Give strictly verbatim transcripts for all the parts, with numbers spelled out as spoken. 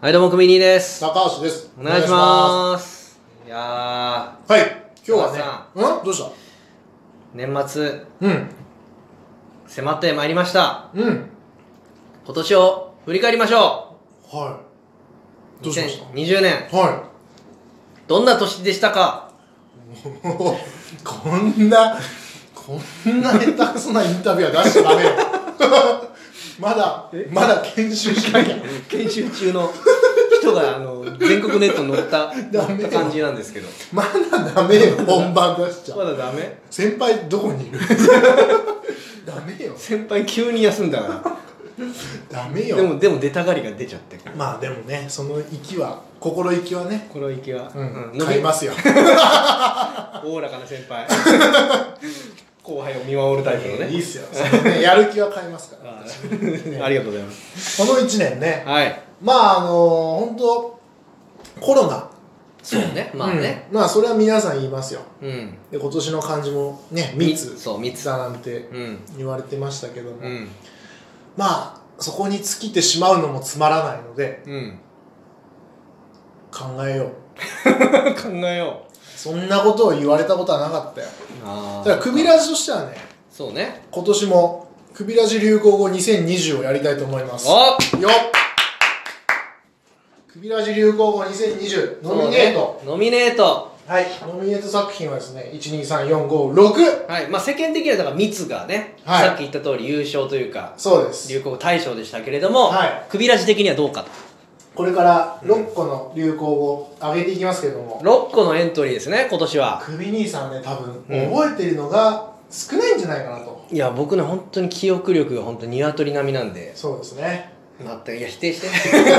はい、どうもクミニーです。 高橋です。 お願いします。いやー、 はい、今日はね、うんどうした？ 年末、 うん、 迫ってまいりました。 うん、 今年を振り返りましょう。はい。どうしました？ にせんにじゅうねん。 はい。 どんな年でしたか？ こんな、こんな下手くそなインタビューは出しちゃダメよ。まだ、まだ研修しなきゃ。 研修中の人があの全国ネットに乗った乗った感じなんですけど。 まだダメよ、本番出しちゃ。 まだダメ？ 先輩どこにいる？ダメよ。 先輩急に休んだから。 ダメよ。 でもでも出たがりが出ちゃって。 まあでもね、その息は心意気はね。 心意気は。 うん。買いますよ。 おおらかな先輩。後輩を見守るタイプのね。 いいっすよ。そのね、やる気は買いますから。 あ, ありがとうございます。 このいちねんね。 はい。 まああの本当コロナ。 そうね。まあね。 うん、まあそれは皆さん言いますよ。 うん。 で今年の漢字もね密。 そう密だなんて言われてましたけども。うん、まあそこに尽きてしまうのもつまらないので。うん、考えよう。 考えよう。 そんなことを言われたことはなかったよ。あだからクビラジとしてはね、 そうね、 今年もクビラジ流行語にせんにじゅうをやりたいと思います。およっクビラジ流行語にせんにじゅうノミネート、 ね、ノミネートはい、ノミネート作品はですねいちにさんよんごろく、 はい、まあ世間的にはだから密がね、はい、さっき言った通り優勝というかそうです流行語大賞でしたけれども、はい、クビラジ的にはどうかと。 これからろっこの流行語を上げていきますけども、うん、 ろっこのエントリーですね今年は。クビ兄さんね多分覚えてるのが少ないんじゃないかなと、 うん、いや僕ね本当に記憶力が本当に鶏並みなんで。 そうですね。 またいや否定して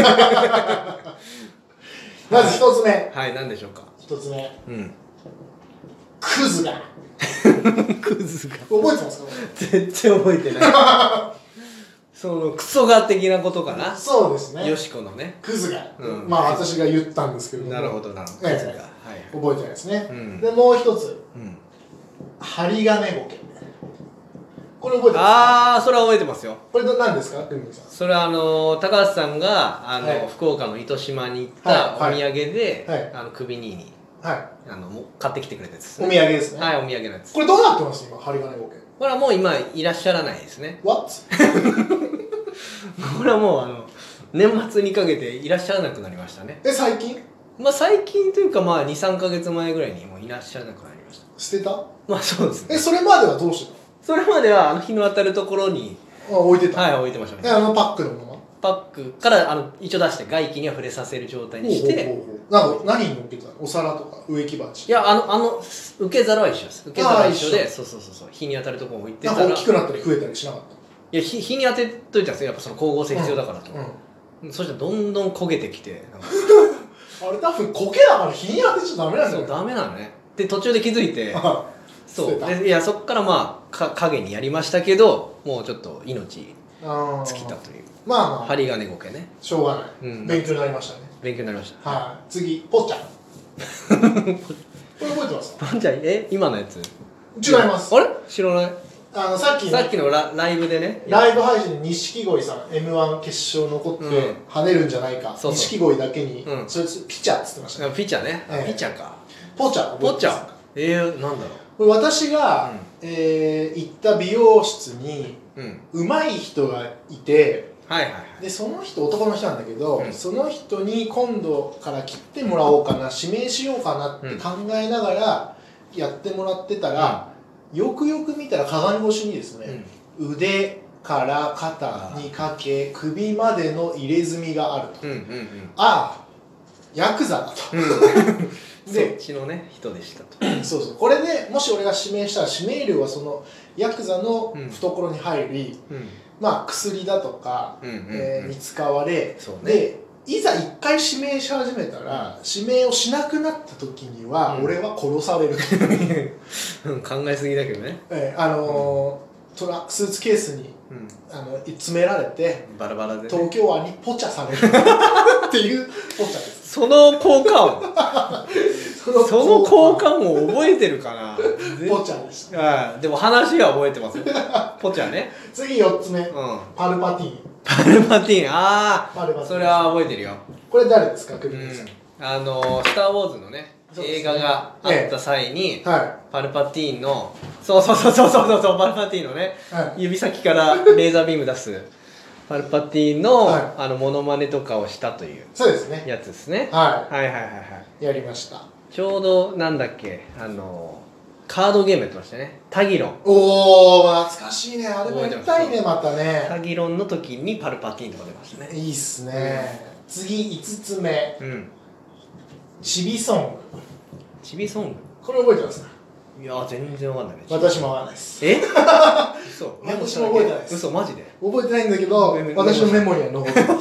まず一つ目、 はい、何でしょうか。 一つ目、うん、 クズがクズが覚えてますか？ 全然覚えてないそのクソが的なことかな。 そうですね。 よしこのねクズが、うん、まあ私が言ったんですけども。 なるほどなるほど、クズが、はい、 覚えてないですね、うん、でもう一つ、うん、針金ゴケ。これ覚えてますか？ ああそれは覚えてますよ。 これ何ですかクミさん？ それはあの高橋さんがあの、はい、福岡の糸島に行ったお土産で、はいはい、あのクビニーに、はい、あのも買ってきてくれたやつですね。 お土産ですね。 はい、お土産のやつ。 これどうなってます今針金ゴケ？ これはもう今いらっしゃらないですね。 What？ これはもうあの年末にかけていらっしゃらなくなりましたね。 え最近？まあ最近というかまあにさんかげつまえぐらいにもういらっしゃらなくなりました。 捨てた？ まあそうですね。 えそれまではどうしてた？それまではあの日の当たるところにあ置いてた。 はい置いてましたね。 あのパックのまま？ パックからあの一応出して外気には触れさせる状態にして。 なんか何に乗っけたの？お皿とか植木鉢？ いやあのあの受け皿は一緒です。受け皿は一緒で、そうそうそうそう日に当たるところ置いてたら。 なんか大きくなったり増えたりしなかった？ いや日日に当てといたんですよ。やっぱその光合成必要だからと。うんうん、そしたらどんどん焦げてきて。 あれ多分苔だから日に当てちゃダメなんだよ。 そうダメなのね。で途中で気づいて。そうでいやそっからまあか影にやりましたけどもうちょっと命尽きたという。 まあまあ針金ゴケね。 しょうがない、うん、勉強になりましたね。 勉強になりました。 はい、次ポッチャこれ覚えてますか？ ポッチャえ今のやつ？ 違います。 あれ知らない。 あのさっきさっきの ラ, ライブでねライブ配信で錦鯉さん エムワン 決勝残って跳ねるんじゃないか、錦鯉だけに、うん、そいつピチャっつってましたね。 ピチャね、えー、ピチャかポチャポチャえー、なんだろうこれ私が、うんえー、行った美容室に、うん、上手い人がいて、はいはいはい、でその人男の人なんだけど、うん、その人に今度から切ってもらおうかな指名しようかなって考えながらやってもらってたら、うん、よくよく見たら鏡越しにですね、うん、腕から肩にかけ首までの入れ墨があると、うんうんうん、ああヤクザだと、うんでそっちのね人でしたとそうそうこれでもし俺が指名したら指名料はそのヤクザの懐に入り、うん、まあ薬だとか、うんうんうんえー、に使われ、ね、でいざ一回指名し始めたら、うん、指名をしなくなった時には、うん、俺は殺される考えすぎだけどね、 えー、あのー、トラスーツケースに、うん、あの詰められてバラバラで、ね、 東京湾にポチャされるっていうポチャですその効果音そのその効果音を覚えてるかなポチャでした、 ね、でも話は覚えてますよポチャね次よっつめ、うん、パルパティーンパルパティーン、ああそれは覚えてるよ。 これ誰ですか、クビニーさん。 あの「スター・ウォーズ」のね映画があった際に、ええはい、パルパティーンのそうそうそうそうそうそうパルパティーンのね、はい、指先からレーザービーム出すパルパティーンの、はい、あのモノマネとかをしたというそうですねやつですね、 はい、 はいはいはいはいやりました。 ちょうどなんだっけあのカードゲームやってましたね、タギロン。 おお懐かしいね、あれもやりたいねまたね。 タギロンの時にパルパティーンとか出ましたね。 いいっすね、うん、次いつつめ、うん、チビソング。 チビソングこれ覚えてますか？ いや全然わかんない。 私もわかんないです。 え？嘘。 私も覚えてないです。 嘘マジで？ 覚えてないんだけど、私のメモリは残ってます。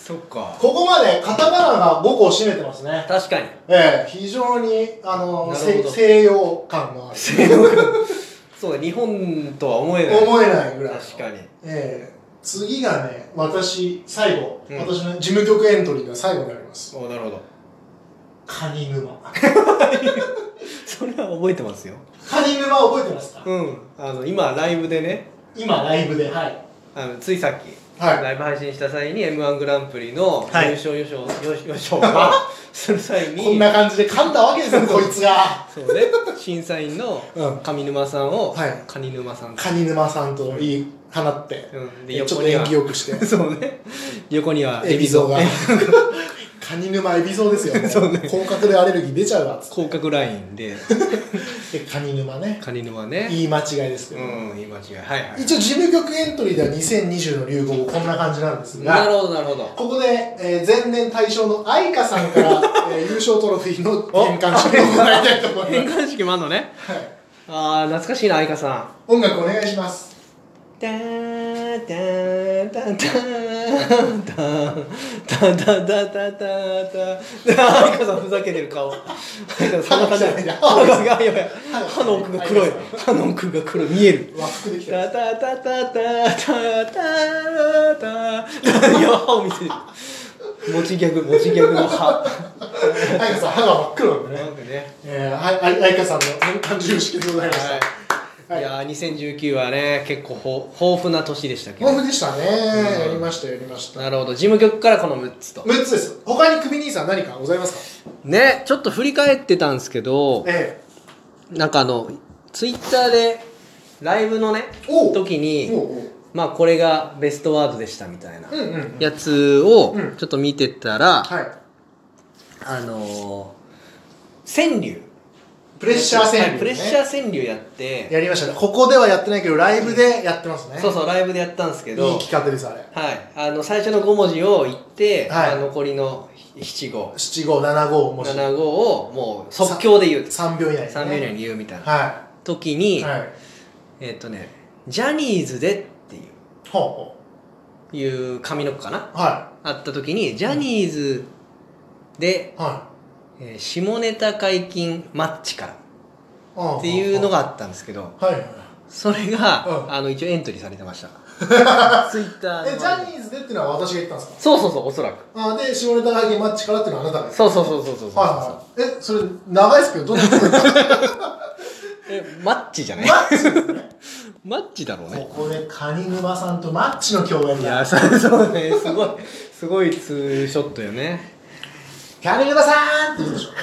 そっか。 ここまでカタカナがごこを占めてますね。 確かに。 ええ非常にあの西洋感がある。 西洋感。そうだ日本とは思えない。 思えないぐらい。 確かに。 ええ次がね私最後、うん、私の事務局エントリーが最後になります。 おなるほど。 カニ沼それは覚えてますよ。 カニ沼覚えてますか？ うんあの今ライブでね今ライブではいあのついさっき、はい、ライブ配信した際に エムワン グランプリの優勝優勝優勝をする際にこんな感じで噛んだわけですよこいつが。 そうね審査員の上沼さんを、はい、カニ沼さんカニ沼さんと言い放って、うん、で横にはちょっと縁起よくしてそうね横にはエビゾがカニ沼エビゾですよね。そうね甲殻でアレルギー出ちゃうわっつって甲殻ラインででカニ沼ねカニ沼ね言い間違いですけど、 うん言い間違いはいはい一応事務局エントリーではにせんにじゅうの流行語こんな感じなんですがなるほどなるほどここで、えー、前年大賞の愛花さんから、えー、優勝トロフィーの返還式を行いたいと思います。 返還式もあんのねはいああ懐かしいな愛花さん音楽お願いします。 ターターターターターターターターターターター愛花さんふざけてる顔愛花さんそんな感じだね歯の奥が黒い歯の奥が黒い見える和服できてるタタタタタタタタタいや歯を見せる持ちギャグ持ちギャグの歯愛花さん歯が真っ黒なんでねなんかねえー愛花さんの返還授与式でございました。 いやーにせんじゅうきゅうはね結構ほ豊富な年でしたけど豊富でしたね、うん、やりましたやりました。 なるほど事務局からこのむっつとむっつです。他にクビ兄さん何かございますかね。ちょっと振り返ってたんですけど、ええ、なんかあのツイッターでライブのね時におうおうまあこれがベストワードでしたみたいなやつをちょっと見てたら、うんはい、あのー、川柳プレッシャー川柳、ね、 プレッシャー川柳やってやりましたね。ここではやってないけどライブでやってますね、うん、 そうそうライブでやったんですけどいい企画ですあれ。 はいあの最初のご文字を言って、はい、残りのななごななごななご文字ななごをもう即興で言うさんびょう以内に、ね、 さんびょう以内に言うみたいな、はい、時に、はい、えーっとねジャニーズでっていうほういう上の句かな、はい、あった時にジャニーズで、うんはいえー、下ネタ解禁マッチからっていうのがあったんですけど、はいはい、それが、うん、あの一応エントリーされてましたツイッターえジャニーズでっていうのは私が言ったんですか？ そうそうそうおそらくあで下ネタ解禁マッチからっていうのはあなたがそうそうそうそうそうそう、 はいはい、えそれ長いですけどどんなえマッチじゃないマッチですねマッチだろうね。 ここでカニ沼さんとマッチの共演だ。 いやそうねすごいすごいツーショットよね。 カニ沼さんって言うでしょ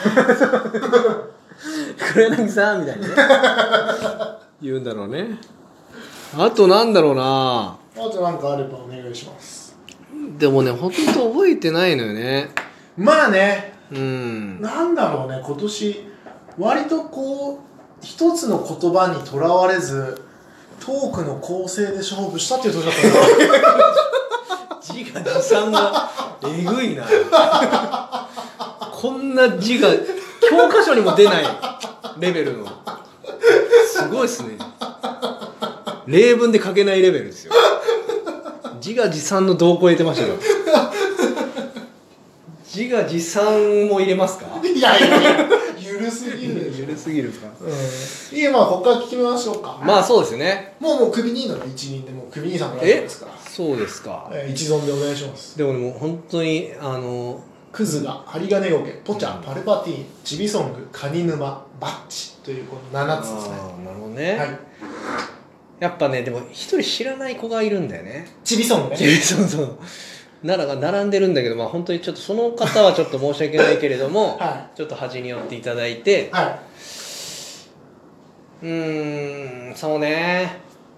黒柳さんみたいにね言うんだろうね。あとなんだろうなあとなんかあればお願いします。 でもねほとんど覚えてないのよね。 まあねうんなんだろうね今年割とこう一つの言葉にとらわれずトークの構成で勝負したっていう年だったな字が字算がえぐいなこんな字が教科書にも出ないレベルのすごいっすね。例文で書けないレベルですよ。自画自賛の度を超えてましたよ。自画自賛も入れますか？ いやいやいやゆるすぎるゆるすぎるか、 うん、いいまあここから聞きましょうか。 まあそうですね。 もうもうクビ兄なの一人でもうクビ兄さんのライブですから。 そうですか、 えー、一存でお願いします。 でももう本当にあのクズが針金ゴケポチャ、うん、パルパティーンチビソングカニ沼バッチというこのななつですね。 あなるほどね、はいやっぱねでも一人知らない子がいるんだよね。 チビソンね。 そうそう奈良が並んでるんだけど、まあ本当にちょっとその方はちょっと申し訳ないけれども、はい、ちょっと端に寄っていただいて、はい、うーんそうね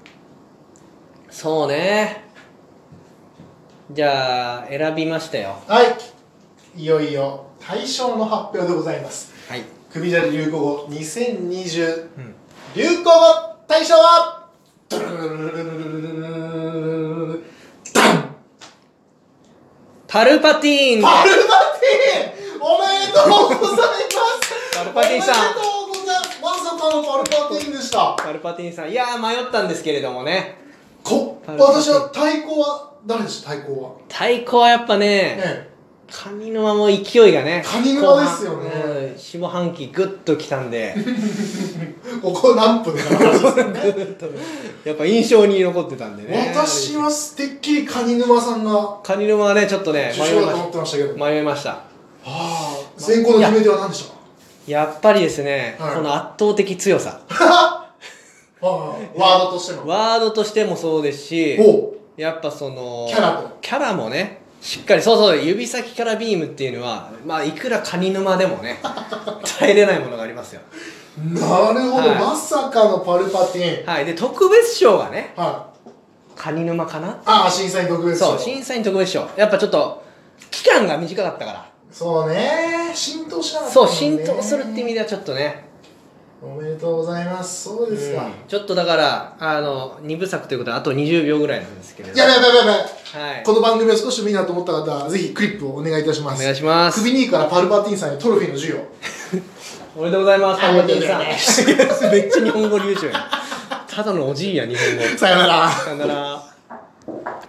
そうねじゃあ選びましたよ。 はい、いよいよ大賞の発表でございます。はい、首砂利流行語にせんにじゅう、うん、流行語大賞はパルパティーン。 パルパティーンおめでとうございますパルパティーンさん、 おめでとうございます。まさかのパルパティーンでした。 パルパティーンさん、いやー迷ったんですけれどもね、 こ私は太鼓は誰でした。太鼓は太鼓はやっぱね、ええ、上沼も勢いがね、 上沼ですよね、 うん、下半期グッときたんでここ何分かやっぱ印象に残ってたんでね。 私はてっきり上沼さんが上沼はねちょっとね受賞だと思ってましたけど、 迷いました。はあ、選考の決め手は何でしたか。 やっぱりですね、はい、この圧倒的強さワードとしてもワードとしてもそうですし、やっぱそのキャラとキャラもねしっかり、そうそう、指先からビームっていうのはまあいくらカニ沼でもね耐えれないものがありますよ。 なるほど、はい、まさかのパルパティーン。 はい、で特別賞がね、はい、カニ沼かな。 ああ、審査員特別賞。 そう、審査員特別賞、やっぱちょっと期間が短かったから。 そうね、浸透しなかったもんね。 そう、浸透するって意味ではちょっとね。 おめでとうございます。そうですか、うん、 ちょっとだからあのにぶ作ということはあとにじゅうびょうぐらいなんですけれども、 やばいやばいやばい、はい、この番組を少しでもいいなと思った方はぜひクリップをお願いいたします。 お願いします。 首にいいからパルパティーンさんにトロフィーの授与おめでとうございます。パルパティーンさんめっちゃ日本語流暢や。ただのおじいや日本語。 さよなら。 さよなら。